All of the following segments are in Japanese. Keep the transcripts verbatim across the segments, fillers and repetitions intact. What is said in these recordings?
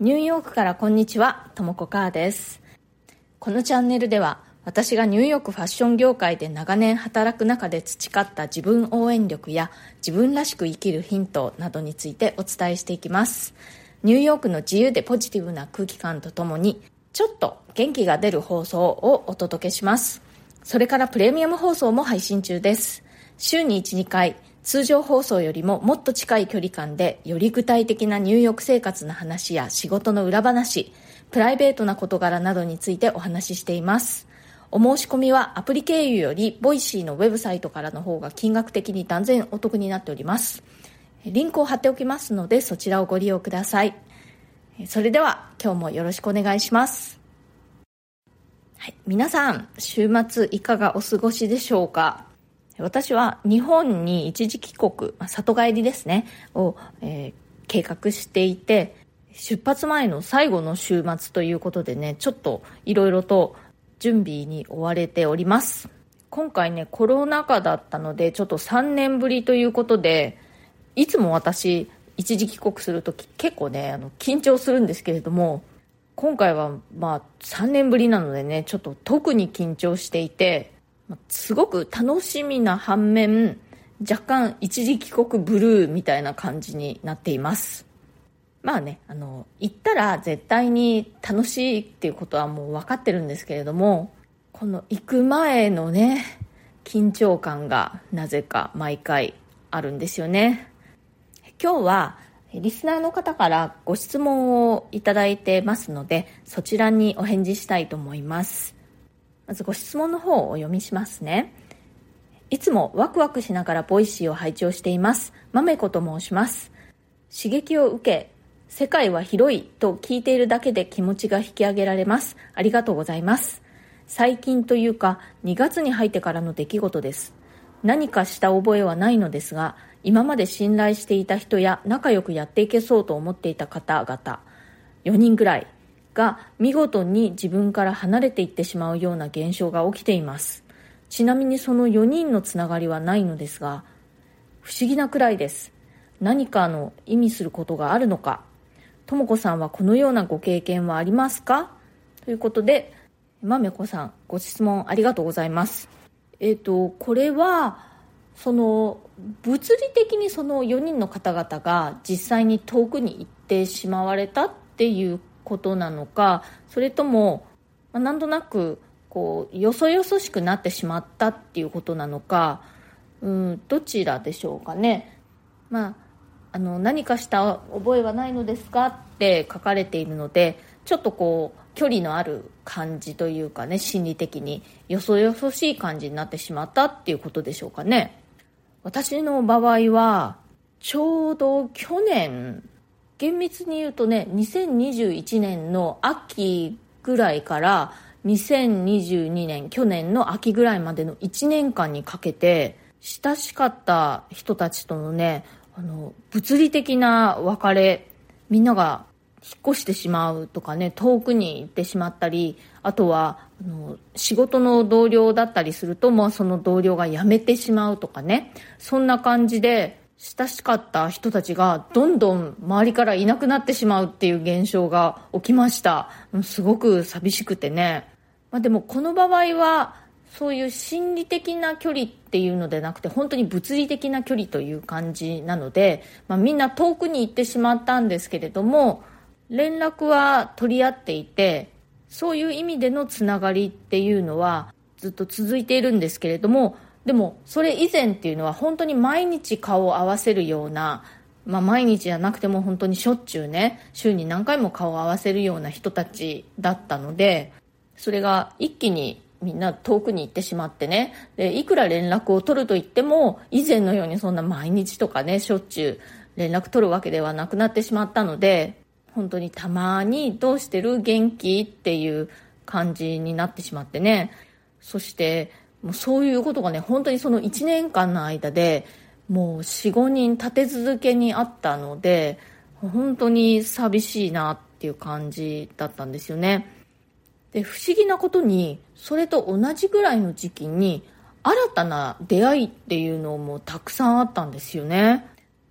ニューヨークからこんにちは、ともこかーです。このチャンネルでは私がニューヨークファッション業界で長年働く中で培った自分応援力や自分らしく生きるヒントなどについてお伝えしていきます。ニューヨークの自由でポジティブな空気感とともにちょっと元気が出る放送をお届けします。それからプレミアム放送も配信中です。週にいち、にかい、通常放送よりももっと近い距離感でより具体的なニューヨーク生活の話や仕事の裏話、プライベートな事柄などについてお話ししています。お申し込みはアプリ経由よりボイシーのウェブサイトからの方が金額的に断然お得になっております。リンクを貼っておきますのでそちらをご利用ください。それでは今日もよろしくお願いします。はい、皆さん週末いかがお過ごしでしょうか。私は日本に一時帰国、里帰りですねを、えー、計画していて、出発前の最後の週末ということでね、ちょっといろいろと準備に追われております。今回ねコロナ禍だったのでちょっとさんねんぶりということで、いつも私一時帰国するとき結構ねあの緊張するんですけれども、今回はまあさんねんぶりなのでねちょっと特に緊張していて、すごく楽しみな反面若干一時帰国ブルーみたいな感じになっています。まあねあの行ったら絶対に楽しいっていうことはもう分かってるんですけれども、この行く前のね緊張感がなぜか毎回あるんですよね。今日はリスナーの方からご質問をいただいてますので、そちらにお返事したいと思います。まずご質問の方をお読みしますね。いつもワクワクしながらボイシーを拝聴しています。まめこと申します。刺激を受け、世界は広いと聞いているだけで気持ちが引き上げられます。ありがとうございます。最近というかにがつに入ってからの出来事です。何かした覚えはないのですが、今まで信頼していた人や仲良くやっていけそうと思っていた方々よにんぐらいが見事に自分から離れていってしまうような現象が起きています。ちなみにそのよにんのつながりはないのですが、不思議なくらいです。何かの意味することがあるのか。ともこさんはこのようなご経験はありますか？ということで、まめこさんご質問ありがとうございます。えーと、これはその物理的にそのよにんの方々が実際に遠くに行ってしまわれたっていうことなのか、それとも、まあ、なんとなくこうよそよそしくなってしまったっていうことなのか、うん、どちらでしょうかね。まあ、あの何かした覚えはないのですかって書かれているので、ちょっとこう距離のある感じというかね、心理的によそよそしい感じになってしまったっていうことでしょうかね。私の場合はちょうど去年、厳密に言うとねにせんにじゅういちねんの秋ぐらいからにせんにじゅうにねん去年の秋ぐらいまでのいちねんかんにかけて、親しかった人たちとのねあの物理的な別れ、みんなが引っ越してしまうとかね、遠くに行ってしまったり、あとはあの仕事の同僚だったりすると、もうその同僚が辞めてしまうとかね、そんな感じで親しかった人たちがどんどん周りからいなくなってしまうっていう現象が起きました。すごく寂しくてね、まあ、でもこの場合はそういう心理的な距離っていうのでなくて、本当に物理的な距離という感じなので、まあ、みんな遠くに行ってしまったんですけれども、連絡は取り合っていて、そういう意味でのつながりっていうのはずっと続いているんですけれども、でもそれ以前っていうのは本当に毎日顔を合わせるような、まあ、毎日じゃなくても本当にしょっちゅうね、週に何回も顔を合わせるような人たちだったので、それが一気にみんな遠くに行ってしまってね、でいくら連絡を取ると言っても以前のようにそんな毎日とかねしょっちゅう連絡取るわけではなくなってしまったので、本当にたまにどうしてる元気っていう感じになってしまってね。そしてもうそういうことがね本当にそのいちねんかんの間でもう よん、ごにん立て続けにあったので、本当に寂しいなっていう感じだったんですよね。で不思議なことにそれと同じぐらいの時期に新たな出会いっていうのもたくさんあったんですよね。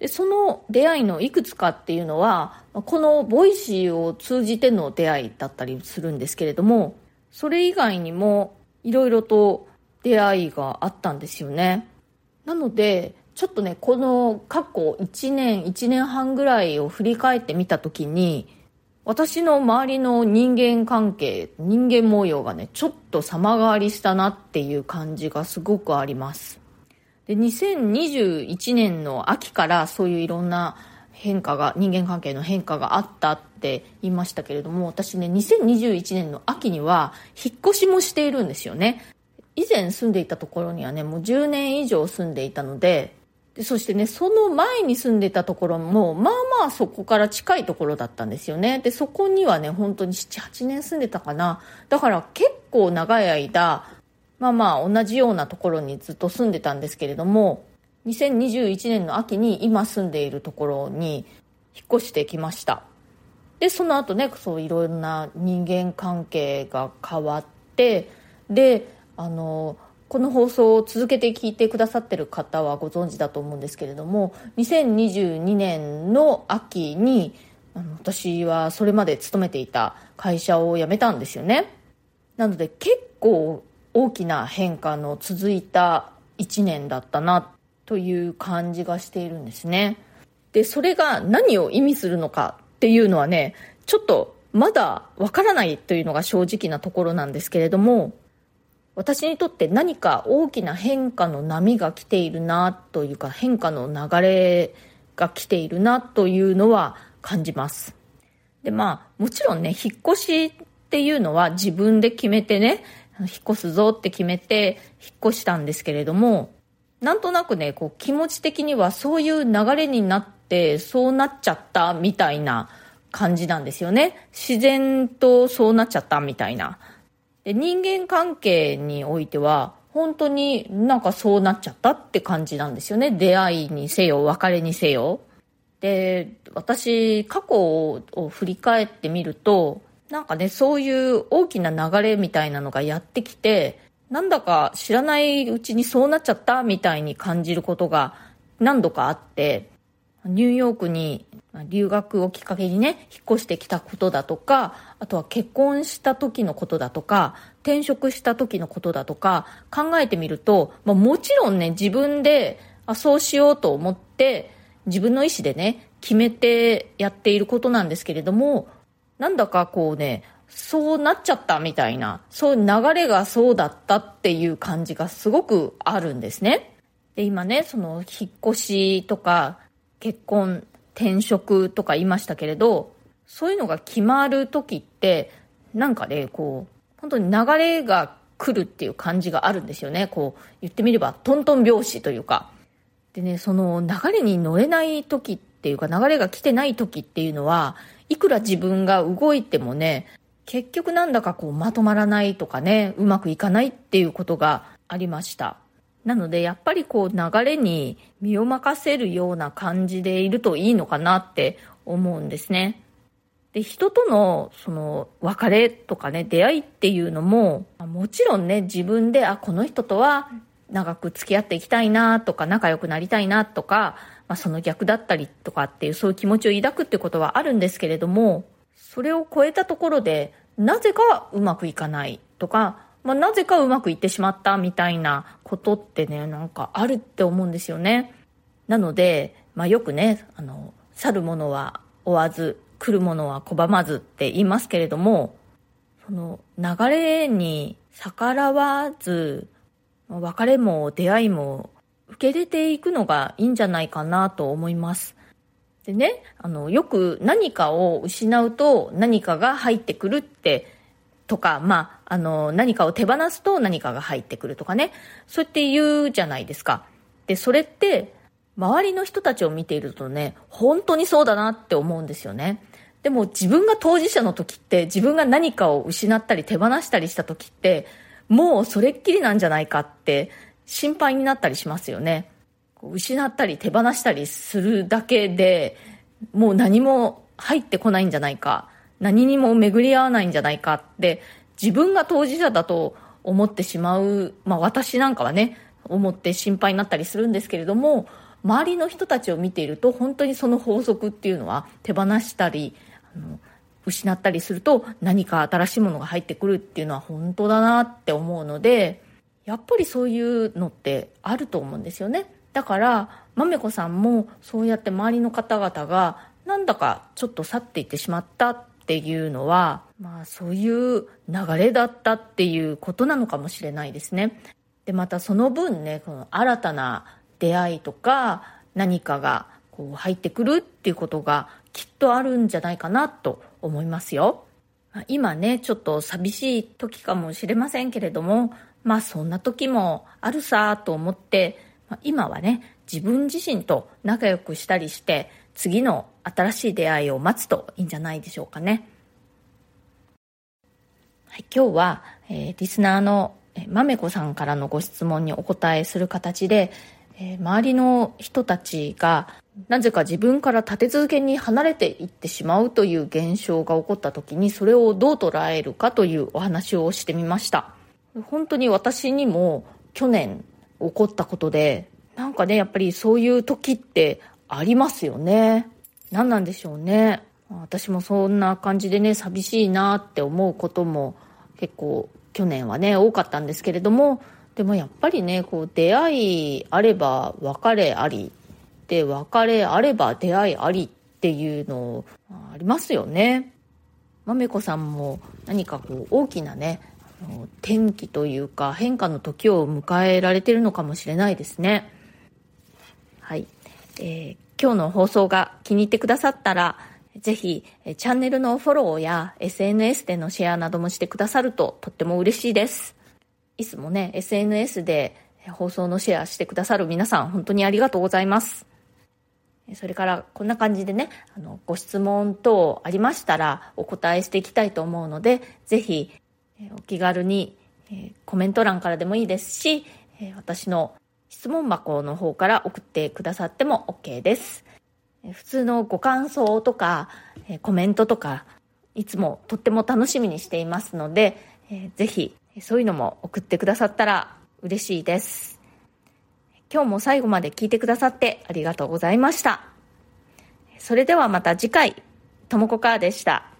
でその出会いのいくつかっていうのはこのボイシーを通じての出会いだったりするんですけれども、それ以外にもいろいろと出会いがあったんですよね。なのでちょっとね、この過去いちねんいちねんはんぐらいを振り返ってみたときに、私の周りの人間関係、人間模様がねちょっと様変わりしたなっていう感じがすごくあります。でにせんにじゅういちねんの秋からそういういろんな変化が、人間関係の変化があったって言いましたけれども、私ねにせんにじゅういちねんの秋には引っ越しもしているんですよね。以前住んでいたところにはねもうじゅうねん以上住んでいたので、でそしてねその前に住んでたところもまあまあそこから近いところだったんですよね。でそこにはね本当にななはちねん住んでたかな。だから結構長い間まあまあ同じようなところにずっと住んでたんですけれども、にせんにじゅういちねんの秋に今住んでいるところに引っ越してきました。でその後ねそういろんな人間関係が変わって、であのこの放送を続けて聞いてくださってる方はご存知だと思うんですけれども、にせんにじゅうにねんの秋にあの私はそれまで勤めていた会社を辞めたんですよね。なので結構大きな変化の続いたいちねんだったなという感じがしているんですね。でそれが何を意味するのかっていうのはねちょっとまだわからないというのが正直なところなんですけれども、私にとって何か大きな変化の波が来ているなというか、変化の流れが来ているなというのは感じます。でまあもちろんね引っ越しっていうのは自分で決めてね、引っ越すぞって決めて引っ越したんですけれども、なんとなくねこう気持ち的にはそういう流れになってそうなっちゃったみたいな感じなんですよね。自然とそうなっちゃったみたいな。で人間関係においては本当になんかそうなっちゃったって感じなんですよね。出会いにせよ別れにせよ。で私過去を振り返ってみるとなんかねそういう大きな流れみたいなのがやってきて、なんだか知らないうちにそうなっちゃったみたいに感じることが何度かあって、ニューヨークに留学をきっかけにね引っ越してきたことだとか、あとは結婚した時のことだとか、転職した時のことだとか考えてみると、まあ、もちろんね自分であそうしようと思って自分の意思でね決めてやっていることなんですけれども、なんだかこうねそうなっちゃったみたいな、そういう流れがそうだったっていう感じがすごくあるんですね。で今ねその引っ越しとか結婚転職とか言いましたけれど、そういうのが決まる時ってなんかねこう本当に流れが来るっていう感じがあるんですよね。こう言ってみればトントン拍子というかでね、その流れに乗れない時っていうか流れが来てない時っていうのはいくら自分が動いてもね結局なんだかこうまとまらないとかねうまくいかないっていうことがありました。なのでやっぱりこう流れに身を任せるような感じでいるといいのかなって思うんですね。で人とのその別れとかね出会いっていうのももちろんね自分であこの人とは長く付き合っていきたいなとか仲良くなりたいなとか、まあ、その逆だったりとかっていうそういう気持ちを抱くってことはあるんですけれども、それを超えたところでなぜかうまくいかないとか、まあ、なぜかうまくいってしまったみたいなことってねなんかあるって思うんですよね。なので、まあ、よくねあの去る者は追わず来る者は拒まずって言いますけれども、その流れに逆らわず別れも出会いも受け入れていくのがいいんじゃないかなと思います。でね、あのよく何かを失うと何かが入ってくるってとか、まあ、あの何かを手放すと何かが入ってくるとかね、そうやって言うじゃないですか。でそれって周りの人たちを見ているとね本当にそうだなって思うんですよね。でも自分が当事者の時って自分が何かを失ったり手放したりした時ってもうそれっきりなんじゃないかって心配になったりしますよね。失ったり手放したりするだけでもう何も入ってこないんじゃないか、何にも巡り合わないんじゃないかって自分が当事者だと思ってしまう、まあ私なんかはね思って心配になったりするんですけれども、 周りの人たちを見ていると本当にその法則っていうのは手放したりあの失ったりすると何か新しいものが入ってくるっていうのは本当だなって思うので、やっぱりそういうのってあると思うんですよね。だからまめこさんもそうやって周りの方々がなんだかちょっと去っていってしまったっていうのは、まあそういう流れだったっていうことなのかもしれないですね。でまたその分ね、この新たな出会いとか何かがこう入ってくるっていうことがきっとあるんじゃないかなと思いますよ。今ねちょっと寂しい時かもしれませんけれども、まあそんな時もあるさと思って、今はね自分自身と仲良くしたりして次の新しい出会いを待つといいんじゃないでしょうかね。はい、今日は、えー、リスナーのまめこさんからのご質問にお答えする形で、えー、周りの人たちがなぜか自分から立て続けに離れていってしまうという現象が起こった時にそれをどう捉えるかというお話をしてみました。本当に私にも去年起こったことで、なんかねやっぱりそういう時ってありますよね。何なんでしょうね。私もそんな感じでね寂しいなって思うことも結構去年はね多かったんですけれども、でもやっぱりねこう出会いあれば別れありで、別れあれば出会いありっていうのありますよね。まめこさんも何かこう大きなね転機というか変化の時を迎えられているのかもしれないですね。はい、えー、今日の放送が気に入ってくださったらぜひチャンネルのフォローや エスエヌエス でのシェアなどもしてくださるととっても嬉しいです。いつもね エスエヌエス で放送のシェアしてくださる皆さん本当にありがとうございます。それからこんな感じでねあのご質問等ありましたらお答えしていきたいと思うので、ぜひお気軽にコメント欄からでもいいですし、私の質問箱の方から送ってくださっても OK です。普通のご感想とかコメントとかいつもとっても楽しみにしていますので、ぜひそういうのも送ってくださったら嬉しいです。今日も最後まで聞いてくださってありがとうございました。それではまた次回、ともこかーでした。